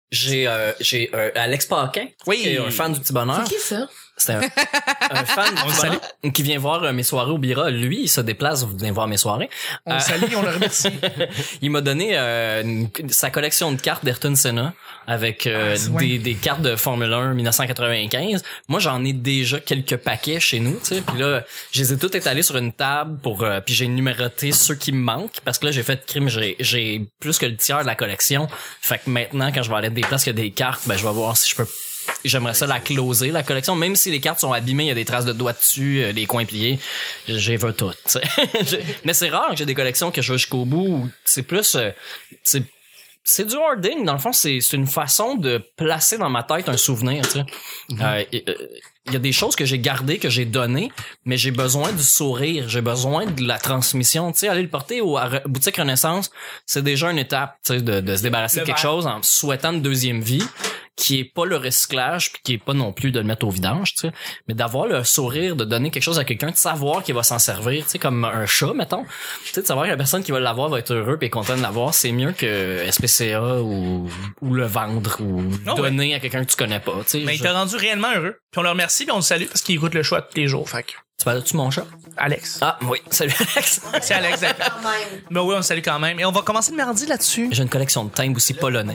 J'ai Alex Paquin, qui est un fan du Petit Bonheur. C'est qui ça? C'est un fan du Petit Bonheur qui vient voir mes soirées au Bira. Lui, il se déplace, vient voir mes soirées. On le salue, on le remercie. Il m'a donné sa collection de cartes d'Ayrton Senna avec des cartes de Formule 1 1995. Moi, j'en ai déjà quelques paquets chez nous, tu sais. Puis là, je les ai tous étalés sur une table pour puis j'ai numéroté ceux qui me manquent parce que là, j'ai fait crime, j'ai plus que le tiers de la collection. Fait que maintenant, quand je vais aller à des places qui a des cartes, ben je vais voir si je peux. J'aimerais ça la closer, la collection, même si les cartes sont abîmées, il y a des traces de doigts dessus, les coins pliés, j'ai veux tout. Mais c'est rare que j'ai des collections que je vais jusqu'au bout. Où c'est plus, c'est du hoarding. Dans le fond, c'est une façon de placer dans ma tête un souvenir. Tu sais. Il y a des choses que j'ai gardées, que j'ai données, mais j'ai besoin du sourire, j'ai besoin de la transmission. Tu sais, aller le porter à boutique Renaissance, c'est déjà une étape, tu sais, de se débarrasser de quelque chose en souhaitant une deuxième vie, qui est pas le recyclage, puis qui est pas non plus de le mettre au vidange, tu sais, mais d'avoir le sourire, de donner quelque chose à quelqu'un, de savoir qu'il va s'en servir, tu sais, comme un chat, mettons. Tu sais, de savoir que la personne qui va l'avoir va être heureux et content de l'avoir, c'est mieux que SPCA ou le vendre ou donner à quelqu'un que tu connais pas, tu sais. Mais il t'a rendu réellement heureux. Puis on le remercie, puis on le salue parce qu'il écoute le choix tous les jours. Fait que... Tu parles-tu mon chat? Alex. Ah, oui. Salut, Alex. C'est Alex, d'accord. Ben oui, on le salue quand même. Et on va commencer le mardi là-dessus. J'ai une collection de timbres aussi polonais.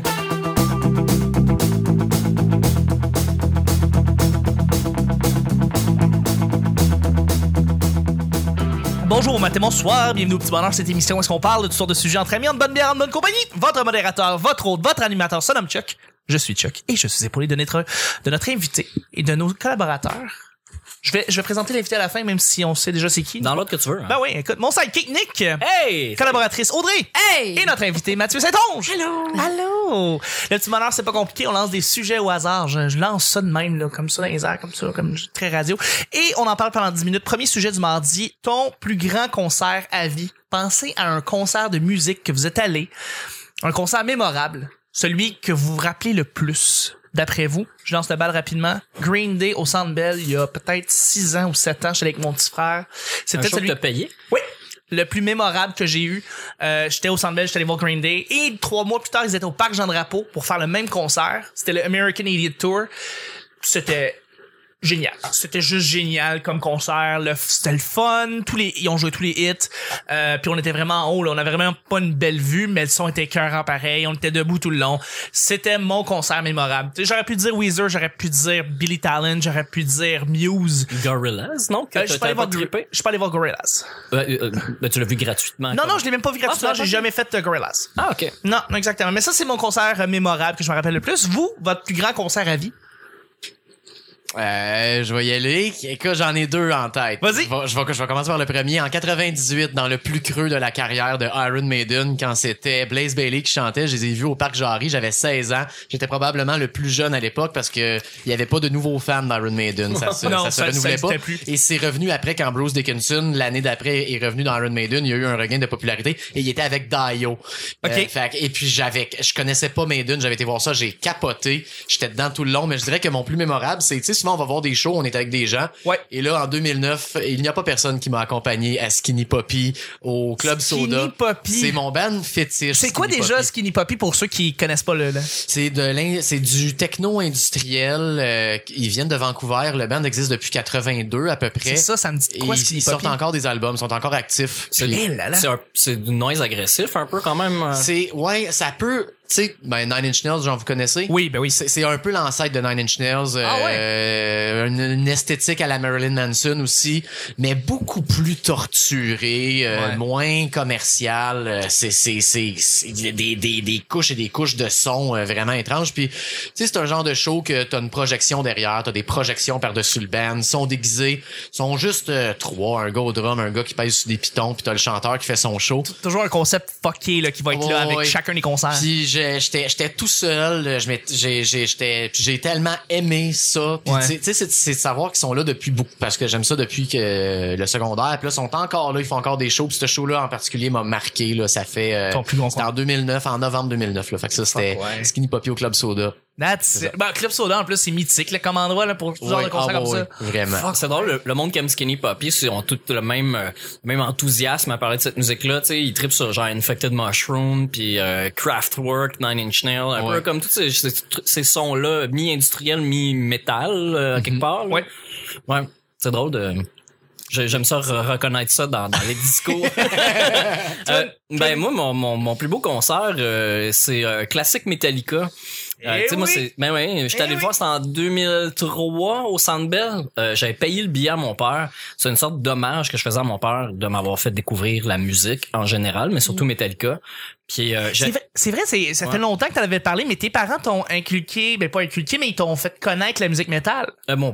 Bonjour, matin, bonsoir, bienvenue au Petit Bonheur, cette émission où est-ce qu'on parle de toutes sortes de sujets entre amis, en bonne bière, en bonne compagnie. Votre modérateur, votre hôte, votre animateur se nomme Chuck. Je suis Chuck et je suis épaulé de notre invité et de nos collaborateurs. Je vais présenter l'invité à la fin, même si on sait déjà c'est qui. Dans l'autre que tu veux. Hein? Ben oui, écoute, mon sidekick Nick. Hey! Collaboratrice Audrey. Hey! Et notre invité Mathieu Saint-Onge. Allô! Allô! Le Petit Bonheur, c'est pas compliqué, on lance des sujets au hasard. Je lance ça de même, là, comme ça dans les airs, comme ça, comme très radio. Et on en parle pendant 10 minutes. Premier sujet du mardi, ton plus grand concert à vie. Pensez à un concert de musique que vous êtes allé. Un concert mémorable. Celui que vous vous rappelez le plus. D'après vous, je lance la balle rapidement. Green Day au Centre Bell, il y a peut-être 6 ans ou 7 ans, j'étais avec mon petit frère. C'est peut-être celui que t'as payé? Oui. Le plus mémorable que j'ai eu. J'étais au Centre Bell, j'étais allé voir Green Day. Et 3 mois plus tard, ils étaient au Parc Jean-Drapeau pour faire le même concert. C'était le American Idiot Tour. C'était génial. C'était juste génial comme concert. C'était le fun. Ils ont joué tous les hits. Puis on était vraiment en haut, là. On avait vraiment pas une belle vue, mais le son était écœurant pareil. On était debout tout le long. C'était mon concert mémorable. Tu sais, j'aurais pu dire Weezer, j'aurais pu dire Billy Talent, j'aurais pu dire Muse. Gorillaz, non? Je suis pas allé voir Gorillaz. Ben, tu l'as vu gratuitement. Non, je l'ai même pas vu gratuitement. J'ai jamais fait Gorillaz. Ah, ok. Non, exactement. Mais ça, c'est mon concert mémorable que je me rappelle le plus. Vous, votre plus grand concert à vie? Je vais y aller. Écoute, j'en ai 2 en tête. Vas-y. Je vais commencer par le premier. En 98, dans le plus creux de la carrière de Iron Maiden, quand c'était Blaze Bayley qui chantait, je les ai vus au Parc Jarry. J'avais 16 ans. J'étais probablement le plus jeune à l'époque parce que il y avait pas de nouveaux fans d'Iron Maiden. Ça se renouvelait pas. Plus. Et c'est revenu après quand Bruce Dickinson, l'année d'après, est revenu dans Iron Maiden. Il y a eu un regain de popularité et il était avec Dio. Okay. Et puis je connaissais pas Maiden. J'avais été voir ça. J'ai capoté. J'étais dedans tout le long. Mais je dirais que mon plus mémorable, c'est, tu sais, souvent on va voir des shows, on est avec des gens. Ouais. Et là, en 2009, il n'y a pas personne qui m'a accompagné à Skinny Poppy, au Club Soda. Skinny Poppy. C'est mon band fétiche. C'est quoi Skinny déjà Poppy. Skinny Poppy pour ceux qui connaissent pas le... C'est du techno industriel. Ils viennent de Vancouver. Le band existe depuis 82 à peu près. C'est ça me dit quoi, Skinny ils Poppy? sortent encore des albums, sont encore actifs. C'est du noise agressif un peu quand même. Ouais, ça peut. Tu sais, ben Nine Inch Nails, genre vous connaissez? Oui, ben oui. C'est un peu l'ancêtre de Nine Inch Nails. Une esthétique à la Marilyn Manson aussi, mais beaucoup plus torturée, moins commerciale. C'est des couches et des couches de son vraiment étranges. Puis, tu sais, c'est un genre de show que t'as une projection derrière, t'as des projections par-dessus le band, sont déguisés, sont juste 3, un gars au drum, un gars qui pèse sur des pitons, puis t'as le chanteur qui fait son show. Toujours un concept fucké là qui va être là avec chacun des concerts. Puis j'étais tout seul, j'ai tellement aimé ça. Puis tu sais c'est de savoir qu'ils sont là depuis beaucoup parce que j'aime ça depuis que le secondaire. Puis là ils sont encore là, ils font encore des shows. Puis ce show là en particulier m'a marqué là, ça fait c'était en 2009, en novembre 2009 là. Fait que ça c'était Skinny Poppy au Club Soda. That's it. Ben, Club Soda, en plus, c'est mythique, là, comme endroit, là, pour ce genre de concert comme ça. Vraiment. Fuck, c'est drôle, le monde qui aime Skinny Puppy, ils ont tout le même enthousiasme à parler de cette musique-là, tu sais, ils trippent sur genre Infected Mushroom, puis Kraftwerk, Nine Inch Nails, un peu comme tous ces sons-là, mi-industriels, mi-métal, quelque part. Là. Ouais, c'est drôle de... J'aime ça reconnaître ça dans les discours. Ben moi mon plus beau concert c'est classique Metallica. Tu sais moi c'est j'étais allé le voir, c'était en 2003 au Centre Bell. J'avais payé le billet à mon père. C'est une sorte d'hommage que je faisais à mon père de m'avoir fait découvrir la musique en général, mais surtout Metallica. Puis c'est vrai, ça fait longtemps que t'en avais parlé, mais tes parents t'ont inculqué, ben pas inculqué, mais ils t'ont fait connaître la musique métal. Mon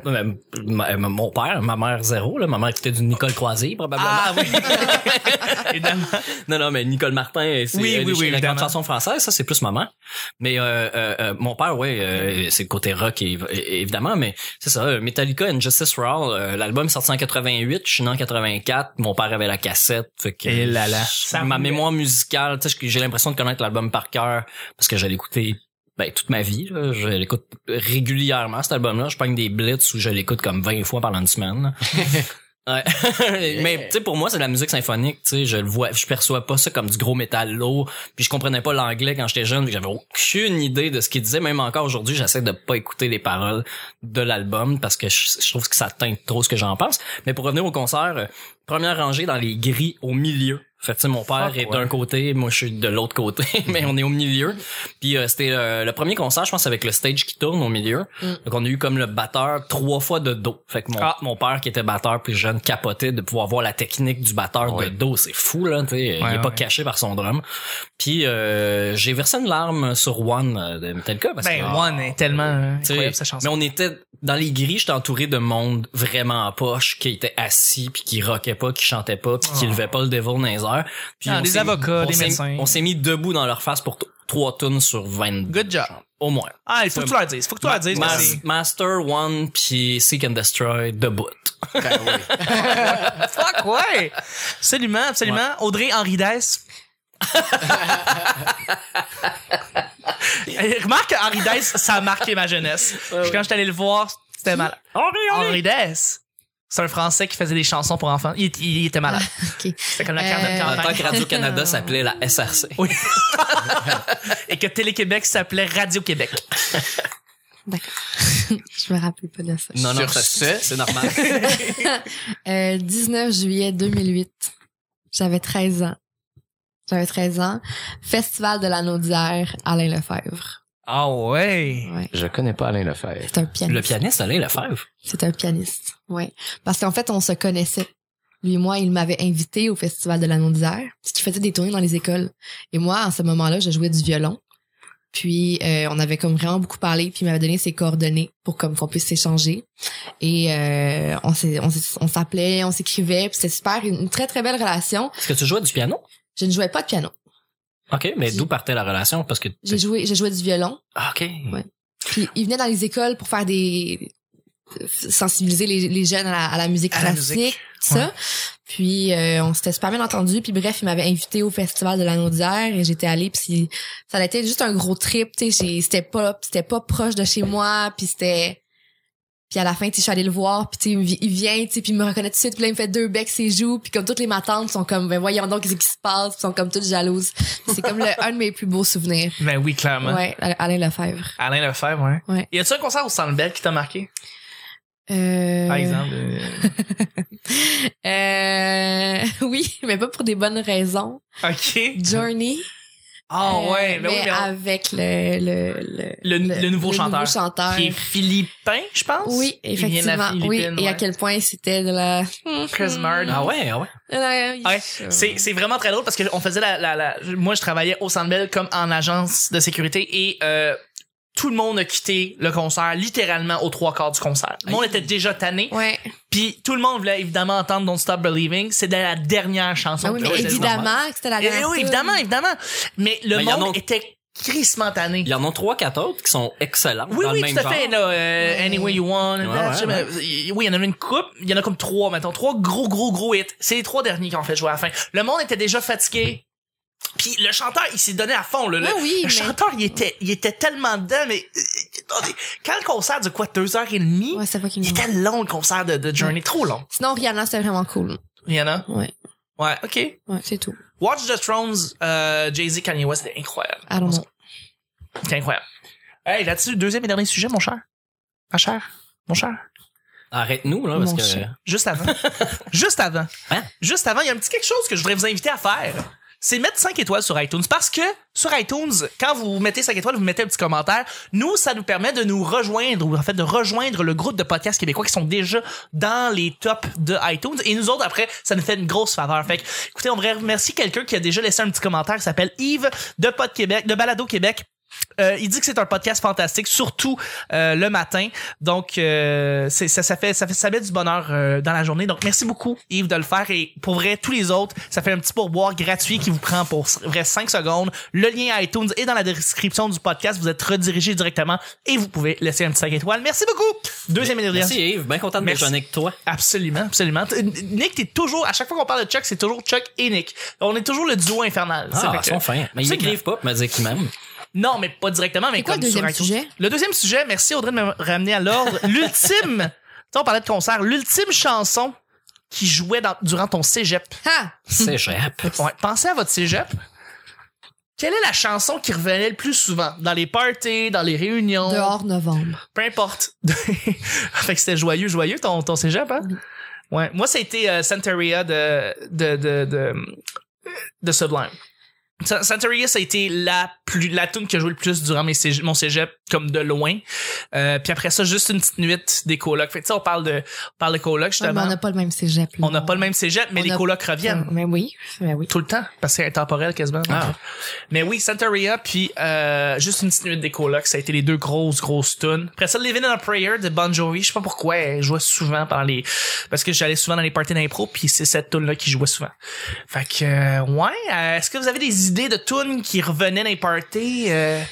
père, ma mère zéro, là, ma mère écoutait du Nicole Croisé probablement. Ah oui. Évidemment. Non, mais Nicole Martin, c'est la grande chanson française, ça c'est plus maman. Mais mon père, c'est le côté rock évidemment, mais c'est ça, Metallica and Justice for All, l'album est sorti en 88, je suis né en 84, mon père avait la cassette, fait que et là. ma mémoire musicale, tu sais, j'ai l'impression de connaître l'album par cœur parce que je l'écoutais toute ma vie, là. Je l'écoute régulièrement cet album-là, je pogne des blitz où je l'écoute comme 20 fois pendant une semaine. Ouais. Mais tu sais, pour moi c'est de la musique symphonique, tu sais, je perçois pas ça comme du gros métal lourd, puis je comprenais pas l'anglais quand j'étais jeune, j'avais aucune idée de ce qu'il disait. Même encore aujourd'hui, j'essaie de pas écouter les paroles de l'album parce que je trouve que ça teinte trop ce que j'en pense. Mais pour revenir au concert, première rangée dans les grilles au milieu. Fait tu sais, mon père est d'un côté, moi je suis de l'autre côté, mais on est au milieu. Puis c'était le premier concert, je pense, avec le stage qui tourne au milieu. Donc on a eu comme le batteur 3 fois de dos. Fait que mon père qui était batteur plus jeune capotait de pouvoir voir la technique du batteur de dos. C'est fou là, tu sais, il est pas caché par son drum. Puis j'ai versé une larme sur One de Metallica parce que One est tellement incroyable sa chanson. Mais on était dans les grilles, j'étais entouré de monde vraiment en poche qui était assis puis qui rockait pas, qui chantait pas, puis qui levait pas le devil dans les airs. Puis des avocats, des médecins. On s'est mis debout dans leur face pour 3 tunes sur 22. Good job. Au moins. Ah, il faut que tu leur dises. Faut que tu leur dises. Master, One, puis Seek and Destroy, debout. Ben oui. Fuck, ouais. Absolument. Ouais. Audrey Henri Dess. Remarque que Henri Dess, ça a marqué ma jeunesse. Quand j'étais allé le voir, c'était malade. Henri Dess. C'est un Français qui faisait des chansons pour enfants. Il était malade. Okay. C'était comme la carte de campagne. En tant que Radio-Canada s'appelait la SRC. Oui. Et que Télé-Québec s'appelait Radio-Québec. D'accord. Je me rappelle pas de ça. Non, c'est normal. 19 juillet 2008. J'avais 13 ans. Festival de l'Anneau d'hier, Alain Lefebvre. Ah ouais. Je connais pas Alain Lefebvre. C'est un pianiste. Le pianiste Alain Lefebvre. C'est un pianiste. Ouais. Parce qu'en fait, on se connaissait. Lui et moi, il m'avait invité au Festival de l'Anneau d'hier, parce qu'il faisait des tournées dans les écoles. Et moi, en ce moment-là, je jouais du violon. Puis on avait comme vraiment beaucoup parlé, puis il m'avait donné ses coordonnées pour comme qu'on puisse s'échanger. Et on s'appelait, on s'écrivait, puis c'était super, une très très belle relation. Est-ce que tu jouais du piano? Je ne jouais pas de piano. OK, mais d'où partait la relation? Parce que j'ai joué du violon. Ah, OK. Ouais. Puis il venait dans les écoles pour faire sensibiliser les jeunes à la musique classique, tout ça. Puis on s'était super bien entendu, puis bref, il m'avait invité au Festival de l'Anneau d'hier et j'étais allée, puis ça a été juste un gros trip, tu sais, c'était pas proche de chez moi, puis à la fin, tu sais, je suis allée le voir, puis tu sais, il vient, tu sais, puis il me reconnaît tout de suite, puis là, il me fait 2 becs ses joues, puis comme toutes les matantes sont comme, ben voyons donc qu'est-ce qui se passe, puis sont comme toutes jalouses. C'est comme un de mes plus beaux souvenirs. Ben oui, clairement. Ouais, Alain Lefebvre. Alain Lefebvre, ouais. Y a-tu un concert au Centre Bell qui t'a marqué? Par exemple. Oui, mais pas pour des bonnes raisons. OK. Journey. Ouais, mais oui, avec le nouveau chanteur. Qui est philippin, je pense. Oui, effectivement. Oui, et à quel point c'était de la Chris Martin. Ah ouais. C'est vraiment très drôle parce que on faisait moi je travaillais au Centre Bell comme en agence de sécurité et tout le monde a quitté le concert littéralement aux 3/4 du concert. Le monde était déjà tanné. Ouais. Puis tout le monde voulait évidemment entendre Don't Stop Believing. C'était la dernière chanson. Ah oui, mais évidemment que c'était la dernière. Oui, évidemment. Mais le monde était crissement tanné. Il y en a 3-4 autres qui sont excellents. Oui, dans le même tout à fait. Là, Anyway You Want. Oui, il y en a une coupe. Il y en a comme 3, mettons. 3 gros hits. C'est les 3 derniers qui ont fait jouer à la fin. Le monde était déjà fatigué. Puis le chanteur, il s'est donné à fond. Le chanteur, il était tellement dedans, mais Quand le concert dure quoi, 2h30? Ouais, c'est fucking Il était long, le concert de Journey. Trop long. Sinon, Rihanna, c'était vraiment cool. Rihanna? Ouais. Ouais, ok. Ouais, c'est tout. Watch the Thrones, Jay-Z, Kanye West, c'était incroyable. I don't know. C'était incroyable. Hey, là-dessus, deuxième et dernier sujet, mon cher. Ma chère. Mon cher. Arrête-nous, là, parce Mon que... cher. Juste avant, Hein? Juste avant, il y a un petit quelque chose que je voudrais vous inviter à faire. C'est mettre 5 étoiles sur iTunes. Parce que sur iTunes, quand vous mettez 5 étoiles, vous mettez un petit commentaire. Nous, ça nous permet de nous rejoindre, ou en fait de rejoindre le groupe de podcasts québécois qui sont déjà dans les tops de iTunes. Et nous autres, après, ça nous fait une grosse faveur. Fait que, écoutez, on voudrait remercier quelqu'un qui a déjà laissé un petit commentaire qui s'appelle Yves de Pod Québec, de Balado Québec. Il dit que c'est un podcast fantastique, surtout le matin. Donc ça met du bonheur dans la journée. Donc merci beaucoup Yves de le faire, et pour vrai tous les autres, ça fait un petit pourboire gratuit qui vous prend pour vrai 5 secondes. Le lien à iTunes est dans la description du podcast. Vous êtes redirigé directement et vous pouvez laisser un petit 5 étoiles. Merci beaucoup. Deuxième élément. Merci Yves, bien content de déjeuner avec toi. Absolument. Nick, t'es toujours, à chaque fois qu'on parle de Chuck, c'est toujours Chuck et Nick. On est toujours le duo infernal. Ah, ils sont fins. Mais ils m'écrivent pas pour me dire qu'ils m'aiment. Non, mais pas directement, mais C'est quoi comme le deuxième sur sujet? Le deuxième sujet, merci Audrey de me ramener à l'ordre. L'ultime, tu sais, on parlait de concert, l'ultime chanson qui jouait durant ton cégep. Ah! Cégep. Ouais, pensez à votre cégep. Quelle est la chanson qui revenait le plus souvent? Dans les parties, dans les réunions? Dehors novembre. Peu importe. Fait que c'était joyeux ton cégep, hein? Ouais. Moi, ça a été Santeria de Sublime. Santeria, ça a été la tune que j'ai joué le plus durant mon cégep, comme de loin. Puis après ça, juste une petite nuit des colocs. Fait que tu sais, on parle de colocs, justement. Ouais, mais on n'a pas le même cégep. Là. On n'a pas le même cégep, mais les colocs reviennent. Mais oui. Tout le temps, parce que c'est intemporel quasiment. Ah. Mais oui, Santeria, puis juste une petite nuit des colocs, ça a été les deux grosses tunes. Après ça, Living in a Prayer de Bon Jovi, je sais pas pourquoi, elle jouait souvent parce que j'allais souvent dans les parties d'impro, puis c'est cette tune là qui jouait souvent. Fait que ouais, est-ce que vous avez des idées de tunes qui revenaient dans les parties?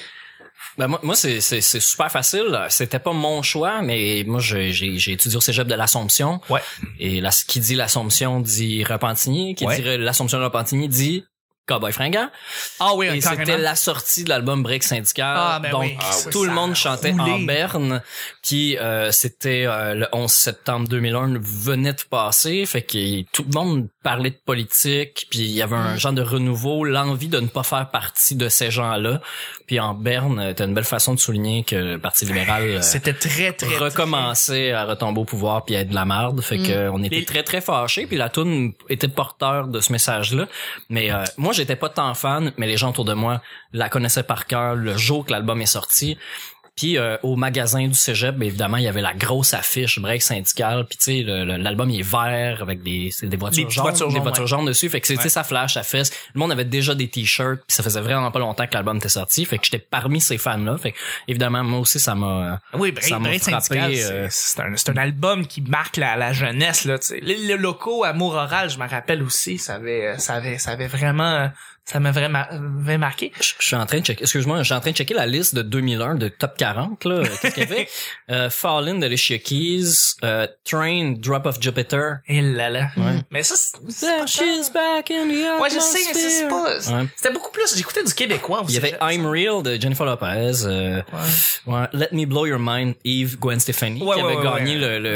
Ben moi c'est super facile. C'était pas mon choix, mais moi j'ai étudié au cégep de l'Assomption. Ouais. Et là, qui dit l'Assomption dit Repentigny, qui dit l'Assomption de Repentigny dit Cowboy Fringant. Ah oui, et carrément. c'était la sortie de l'album Break Syndical. Ah, ben donc oui. tout le monde chantait roulé. En berne. Puis c'était le 11 septembre 2001 venait de passer, fait que tout le monde parlait de politique, puis il y avait un genre de renouveau, l'envie de ne pas faire partie de ces gens-là. Puis En berne, t'as une belle façon de souligner que le Parti libéral c'était très recommençait à retomber au pouvoir puis à être de la marde. Fait que on était très très fâchés, puis la toune était porteur de ce message-là. Mais moi j'étais pas tant fan, mais les gens autour de moi la connaissaient par cœur le jour que l'album est sorti. Puis au magasin du cégep, ben, évidemment, il y avait la grosse affiche Break Syndical. Puis tu sais, l'album il est vert avec des voitures jaunes dessus. Fait que tu sais, ça flash, ça fesse. Le monde avait déjà des t-shirts. Puis ça faisait vraiment pas longtemps que l'album était sorti. Fait que j'étais parmi ces fans-là. Fait que évidemment, moi aussi, ça m'a Break Syndical, c'est un album qui marque la jeunesse là. Tu sais, les locaux Amour Oral, je me rappelle aussi, ça avait vraiment. Ça m'a vraiment marqué. Je suis en train de checker, excuse-moi, je suis en train de checker la liste de 2001 de top 40, là. Qu'est-ce qu'il y avait? Fallin' de Alicia Keys, Train, Drop of Jupiter. Et là. Ouais. Mais ça, She's back in the ouais, je sais, mais c'est pas, ouais. C'était beaucoup plus, j'écoutais du québécois aussi. Il y avait I'm Real de Jennifer Lopez, ouais. Let Me Blow Your Mind, Eve Gwen Stefani, qui avait gagné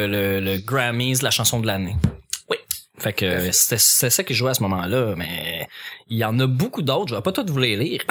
le Grammys de la chanson de l'année. Oui. Fait que c'était ça qui jouait à ce moment-là, mais il y en a beaucoup d'autres, je vais pas toutes vous les lire.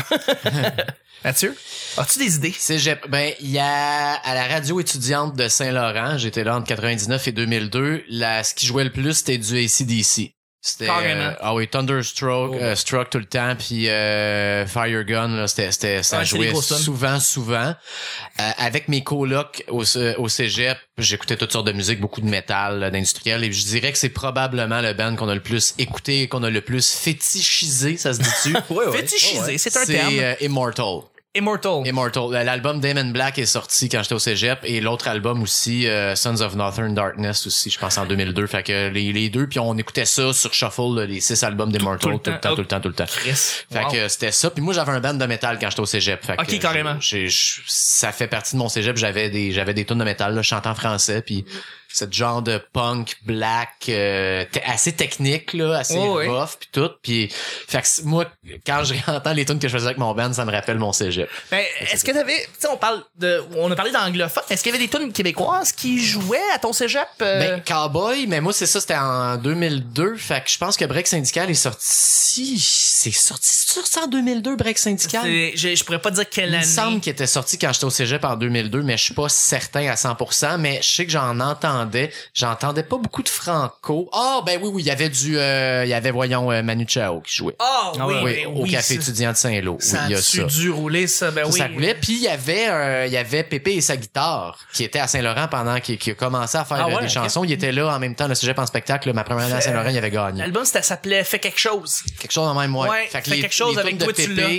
Mathieu, as-tu des idées? Cégep, ben, il y a, à la radio étudiante de Saint-Laurent, j'étais là entre 99 et 2002, ce qui jouait le plus, c'était du AC/DC. C'était ah oui, Thunderstruck, Struck tout le temps, puis Fire Your Gun, là, ça jouait souvent. Avec mes colocs au cégep, j'écoutais toutes sortes de musique, beaucoup de métal, d'industriel, et je dirais que c'est probablement le band qu'on a le plus écouté, qu'on a le plus fétichisé, ça se dit-tu? Fétichisé, c'est un terme. C'est Immortal. L'album Damon Black est sorti quand j'étais au cégep, et l'autre album aussi, Sons of Northern Darkness aussi, je pense en 2002. Fait que les deux, puis on écoutait ça sur Shuffle, les 6 albums d'Immortal, tout le temps. Fait que c'était ça. Puis moi, j'avais un band de métal quand j'étais au cégep. Fait que carrément. ça fait partie de mon cégep. J'avais des tunes de métal, là, je chantais en français, puis cette genre de punk black assez technique là, assez rough puis tout. Puis fait que moi quand je réentends les tunes que je faisais avec mon band, ça me rappelle mon cégep. Ben, est-ce que t'avais, tu sais, on a parlé d'anglophone, est-ce qu'il y avait des tunes québécoises qui jouaient à ton cégep? Ben Cowboy, mais moi c'est ça, c'était en 2002, fait que je pense que Break Syndical est sorti en 2002 Break Syndical. Je pourrais pas dire quelle année. Il me semble qu'il était sorti quand j'étais au cégep en 2002, mais je suis pas certain à 100%, mais je sais que j'entendais pas beaucoup de franco. Ben oui, il y avait voyons Manu Chao qui jouait. Oui, au café étudiant de Saint-Lô. Ça il y a a dû rouler ça, ça roulait. Puis il y avait Pépé et sa guitare qui était à Saint-Laurent pendant qu'il a commencé à faire des chansons. Il était là en même temps le cégep en spectacle. Là, ma première année à Saint-Laurent, il avait gagné. L'album s'appelait Fait quelque chose. Quelque chose en même fait que quelque chose avec toi tu l'as.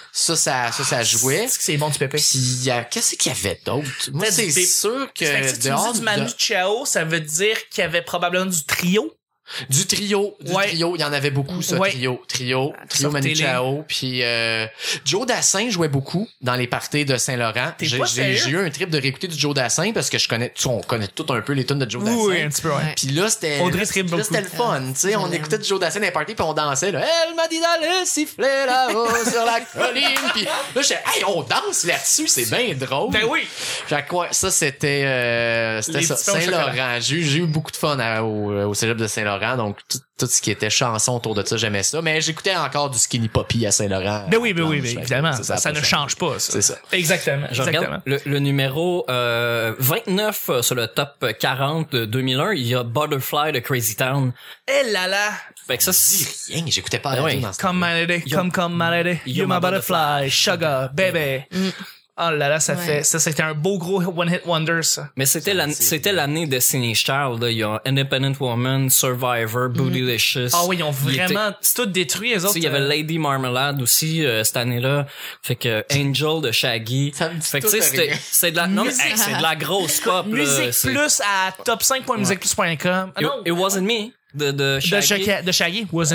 Ça jouait. C'est bon du Pépé. Puis qu'est-ce qu'il y avait d'autre? Moi, c'est sûr que si tu me dis du Manu Chao, ça veut dire qu'il y avait probablement du trio. Du trio, il y en avait beaucoup ça, trio Manu Chao, puis Joe Dassin jouait beaucoup dans les parties de Saint-Laurent. J'ai eu un trip de réécouter du Joe Dassin parce que on connaît tout un peu les tunes de Joe Dassin. Oui, un petit peu. Ouais. Puis là c'était le fun, tu sais, on écoutait du Joe Dassin dans les parties puis on dansait là. Elle m'a dit d'aller siffler là-haut sur la colline, puis là j'étais on danse là-dessus, c'est bien drôle. Ben oui. Fait quoi, ça c'était ça, Saint-Laurent. J'ai eu beaucoup de fun au cégep de Saint-Laurent. Donc tout ce qui était chanson autour de ça, j'aimais ça, mais j'écoutais encore du Skinny Poppy à Saint-Laurent. Ben oui, évidemment, ça ne change pas ça. C'est ça. Exactement. Regarde le numéro 29 sur le top 40 de 2001, il y a Butterfly de Crazy Town. Eh là là. Fait que ça c'est rien, j'écoutais pas la dans Come my lady, come my lady, you're my butterfly, sugar baby. Oh là là, c'était un beau gros one-hit wonder, ça. Mais c'était l'année de Destiny's Child, là. Il y a Independent Woman, Survivor, Bootylicious. Ah oui, ils ont vraiment tout détruit, les autres. Il y avait Lady Marmalade aussi, cette année-là. Fait que Angel de Shaggy. Fait que tu sais, c'est de la, non, mais c'est de la grosse pop, Musique Plus à top5.musicplus.com. It Wasn't Me. De Shaggy. De Shaggy. Wasn't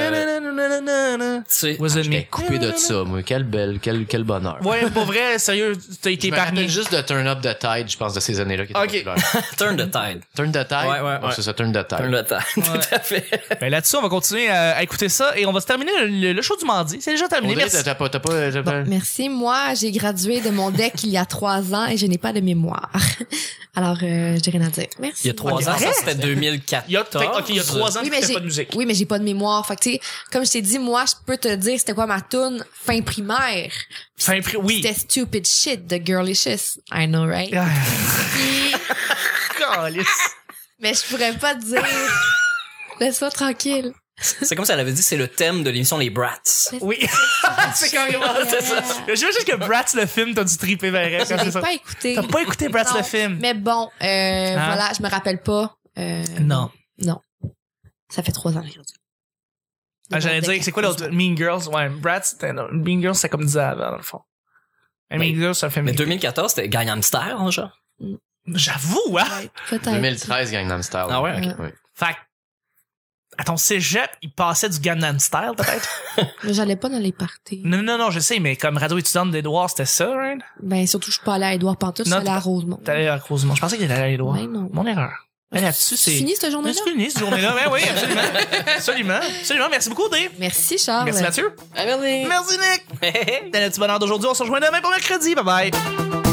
me. Wasn't me. Coupé de ça, moi. Quel bonheur. Ouais, pour vrai, sérieux, t'as été épargné. Je me juste de Turn Up the Tide, je pense, de ces années-là qui étaient populaires. Turn the Tide. Turn the Tide? Ouais. C'est ça, Turn the Tide. Turn the Tide, tout à fait. Ben là-dessus, on va continuer à écouter ça et on va se terminer le show du mardi. C'est déjà terminé. Audrey, merci. Bon, merci. Moi, j'ai gradué de mon deck il y a 3 ans et je n'ai pas de mémoire. Alors, j'ai rien à dire. Merci. Il y a 3 ans, ça c'était 2004. Il y a 3 ans, tu fais pas de musique. Oui, mais j'ai pas de mémoire. Fait que tu sais, comme je t'ai dit, moi, je peux te dire c'était quoi ma tune fin primaire. Oui. C'était Stupid Shit de Girlicious. I know, right? Mais je pourrais pas te dire. Laisse-moi tranquille. C'est comme si elle avait dit c'est le thème de l'émission Les Brats. Oui. C'est carrément ça. J'imagine que Brats le film, t'as dû triper vers elle. Je l'ai pas écouté. T'as pas écouté Brats le film. Mais bon, voilà, je me rappelle pas. Non. Ça fait 3 ans. J'allais dire, c'est quoi l'autre? Mean Girls? Ouais, Brats, Mean Girls, c'est comme 10 ans avant, dans le fond. Mean Girls, c'est un film. Mais 2014, c'était Gangnam Style, genre. J'avoue, hein? Peut-être. 2013, Gangnam Style. Ah ouais, ok. Ouais. Fait à ton cégep, il passait du Gangnam Style, peut-être? Mais j'allais pas dans les parties. Non, je sais, mais comme radio étudiante d'Edouard, c'était ça, right? Ben, surtout, je suis pas allée à Édouard Pantoute, je suis allée à Rosemont. T'es allée à Rosemont. Je pensais que t'étais allée à Édouard. Ben non. Mon erreur. Là-dessus, c'est fini cette journée-là? C'est fini cette journée-là. Ben oui, absolument. Absolument. Merci beaucoup, Dave. Merci, Charles. Merci, Mathieu. Merci. Merci, Nick. T'as le petit bonheur d'aujourd'hui. On se rejoint demain pour mercredi. Bye bye.